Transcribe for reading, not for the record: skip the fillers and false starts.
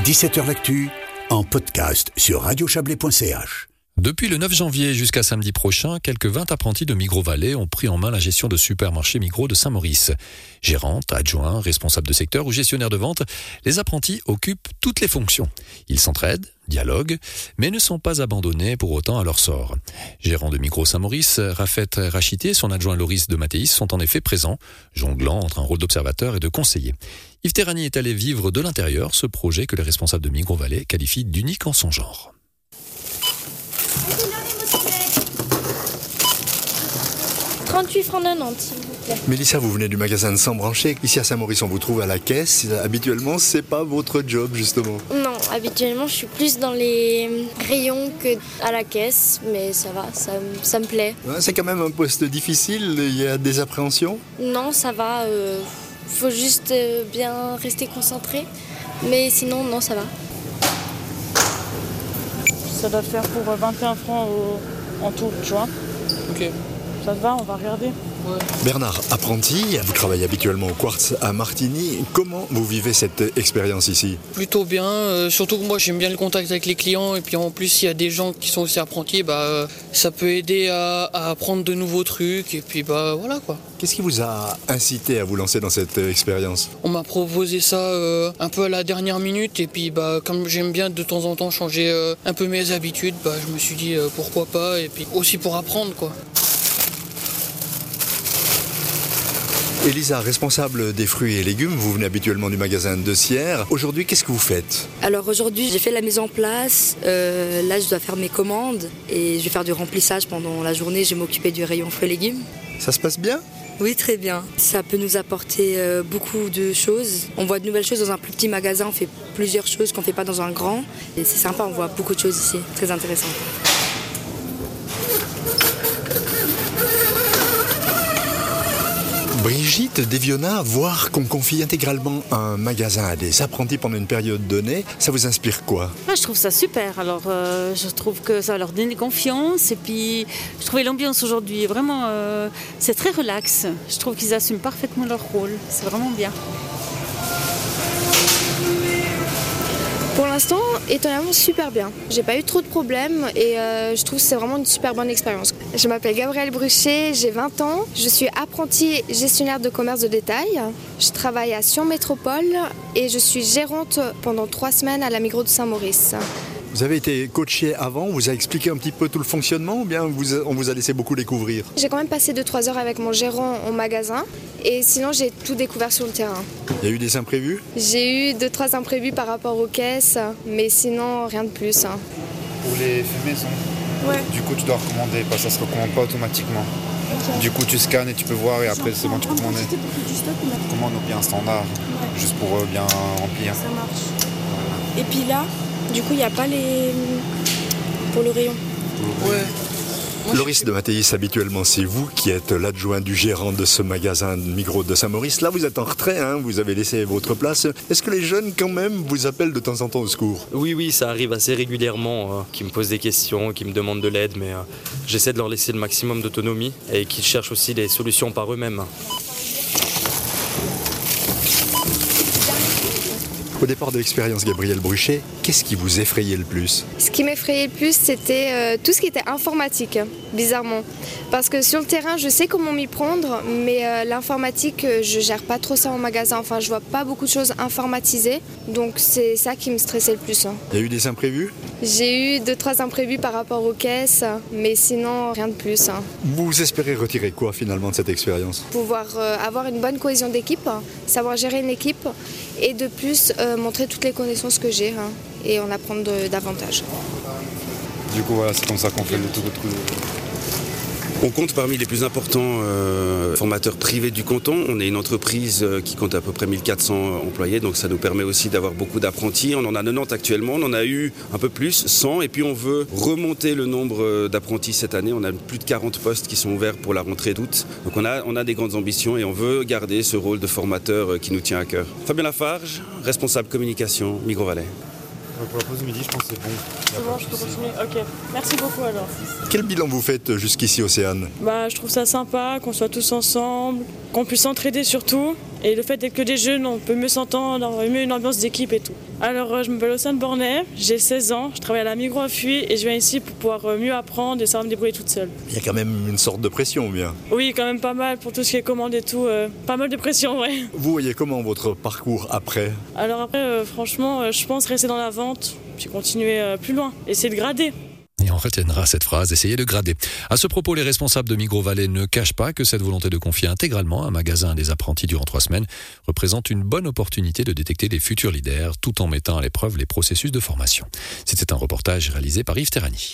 17h L'actu, en podcast sur radiochablais.ch. Depuis le 9 janvier jusqu'à samedi prochain, quelques 20 apprentis de Migros Valais ont pris en main la gestion de supermarché Migros de Saint-Maurice. Gérante, adjoint, responsable de secteur ou gestionnaire de vente, les apprentis occupent toutes les fonctions. Ils s'entraident, dialoguent, mais ne sont pas abandonnés pour autant à leur sort. Gérant de Migros Saint-Maurice, Rafet Rachité et son adjoint Loris de Mathéis sont en effet présents, jonglant entre un rôle d'observateur et de conseiller. Yves Terrani est allé vivre de l'intérieur ce projet que les responsables de Migros Valais qualifient d'unique en son genre. 38 francs 90, s'il vous plaît. Mélissa, vous venez du magasin de Saint-Branché. Ici à Saint-Maurice, on vous trouve à la caisse. Habituellement, c'est pas votre job, justement. Non, habituellement, je suis plus dans les rayons que à la caisse, mais ça va, ça me plaît. C'est quand même un poste difficile. Il y a des appréhensions. Non, ça va. Faut juste bien rester concentré. Mais sinon, non, ça va. Ça doit faire pour 21 francs en tout, tu vois. Ok. Ça te va, on va regarder. Ouais. Bernard, apprenti, vous travaillez habituellement au Quartz à Martigny. Comment vous vivez cette expérience ici? Plutôt bien, surtout que moi j'aime bien le contact avec les clients et puis en plus il y a des gens qui sont aussi apprentis, ça peut aider à apprendre de nouveaux trucs et puis voilà quoi. Qu'est-ce qui vous a incité à vous lancer dans cette expérience? On m'a proposé ça un peu à la dernière minute et puis comme j'aime bien de temps en temps changer un peu mes habitudes, je me suis dit pourquoi pas et puis aussi pour apprendre quoi. Elisa, responsable des fruits et légumes, vous venez habituellement du magasin de Sierre. Aujourd'hui, qu'est-ce que vous faites? Alors aujourd'hui, j'ai fait la mise en place. Là, je dois faire mes commandes et je vais faire du remplissage pendant la journée. Je vais m'occuper du rayon fruits et légumes. Ça se passe bien? Oui, très bien. Ça peut nous apporter beaucoup de choses. On voit de nouvelles choses dans un plus petit magasin. On fait plusieurs choses qu'on ne fait pas dans un grand. Et c'est sympa, on voit beaucoup de choses ici. Très intéressant. Brigitte Deviona, voir qu'on confie intégralement un magasin à des apprentis pendant une période donnée, ça vous inspire quoi? Je trouve ça super. Alors, je trouve que ça leur donne confiance. Et puis, je trouvais l'ambiance aujourd'hui vraiment, c'est très relax. Je trouve qu'ils assument parfaitement leur rôle. C'est vraiment bien. Pour l'instant, étonnamment super bien. J'ai pas eu trop de problèmes et je trouve que c'est vraiment une super bonne expérience. Je m'appelle Gabrielle Bruchet, j'ai 20 ans. Je suis apprentie gestionnaire de commerce de détail. Je travaille à Sion Métropole et je suis gérante pendant 3 semaines à la Migros de Saint-Maurice. Vous avez été coaché avant, on vous a expliqué un petit peu tout le fonctionnement ou bien on vous a laissé beaucoup découvrir? J'ai quand même passé 2-3 heures avec mon gérant au magasin et sinon j'ai tout découvert sur le terrain. Il y a eu des imprévus? J'ai eu 2-3 imprévus par rapport aux caisses, mais sinon rien de plus. Pour les faits maison, Du coup tu dois recommander, ça se recommande pas automatiquement. Okay. Du coup tu scannes et tu peux voir et après c'est bon tu peux commander. Commande au bien standard, juste pour bien remplir. Ça marche. Voilà. Et puis là, du coup il n'y a pas les... pour le rayon. Ouais. Loris de Mathéis, habituellement c'est vous qui êtes l'adjoint du gérant de ce magasin Migros de Saint-Maurice. Là vous êtes en retrait, vous avez laissé votre place. Est-ce que les jeunes quand même vous appellent de temps en temps au secours? Oui, ça arrive assez régulièrement, qui me posent des questions, qui me demandent de l'aide, mais j'essaie de leur laisser le maximum d'autonomie et qu'ils cherchent aussi des solutions par eux-mêmes. Au départ de l'expérience, Gabrielle Bruchet, qu'est-ce qui vous effrayait le plus? Ce qui m'effrayait le plus, c'était tout ce qui était informatique, bizarrement. Parce que sur le terrain, je sais comment m'y prendre, mais l'informatique, je gère pas trop ça en magasin. Enfin, je vois pas beaucoup de choses informatisées. Donc c'est ça qui me stressait le plus. Il y a eu des imprévus? J'ai eu 2-3 imprévus par rapport aux caisses, mais sinon, rien de plus. Vous espérez retirer quoi finalement de cette expérience? Pouvoir avoir une bonne cohésion d'équipe, savoir gérer une équipe et de plus montrer toutes les connaissances que j'ai et en apprendre davantage. Du coup, voilà, c'est comme ça qu'on fait le tout. On compte parmi les plus importants formateurs privés du canton. On est une entreprise qui compte à peu près 1400 employés, donc ça nous permet aussi d'avoir beaucoup d'apprentis. On en a 90 actuellement, on en a eu un peu plus, 100, et puis on veut remonter le nombre d'apprentis cette année. On a plus de 40 postes qui sont ouverts pour la rentrée d'août. Donc on a des grandes ambitions et on veut garder ce rôle de formateur qui nous tient à cœur. Fabien Lafarge, responsable communication, Migros Valais. Pour la pause midi, je pense que c'est bon. C'est bon, je peux continuer. Ok, merci beaucoup alors. Quel bilan vous faites jusqu'ici, Océane? Je trouve ça sympa qu'on soit tous ensemble, qu'on puisse s'entraider surtout. Et le fait d'être que des jeunes, on peut mieux s'entendre, on a mieux une ambiance d'équipe et tout. Alors, je m'appelle Océane Bornet, j'ai 16 ans, je travaille à la Migros à Fuy et je viens ici pour pouvoir mieux apprendre et savoir me débrouiller toute seule. Il y a quand même une sorte de pression, bien. Oui, quand même pas mal pour tout ce qui est commande et tout, pas mal de pression, ouais. Vous voyez comment votre parcours après ? Alors après, franchement, je pense rester dans la vente, puis continuer plus loin, essayer de grader. Et on retiendra cette phrase, essayer de grader. À ce propos, les responsables de Migros Valais ne cachent pas que cette volonté de confier intégralement un magasin à des apprentis durant 3 semaines représente une bonne opportunité de détecter les futurs leaders tout en mettant à l'épreuve les processus de formation. C'était un reportage réalisé par Yves Terrani.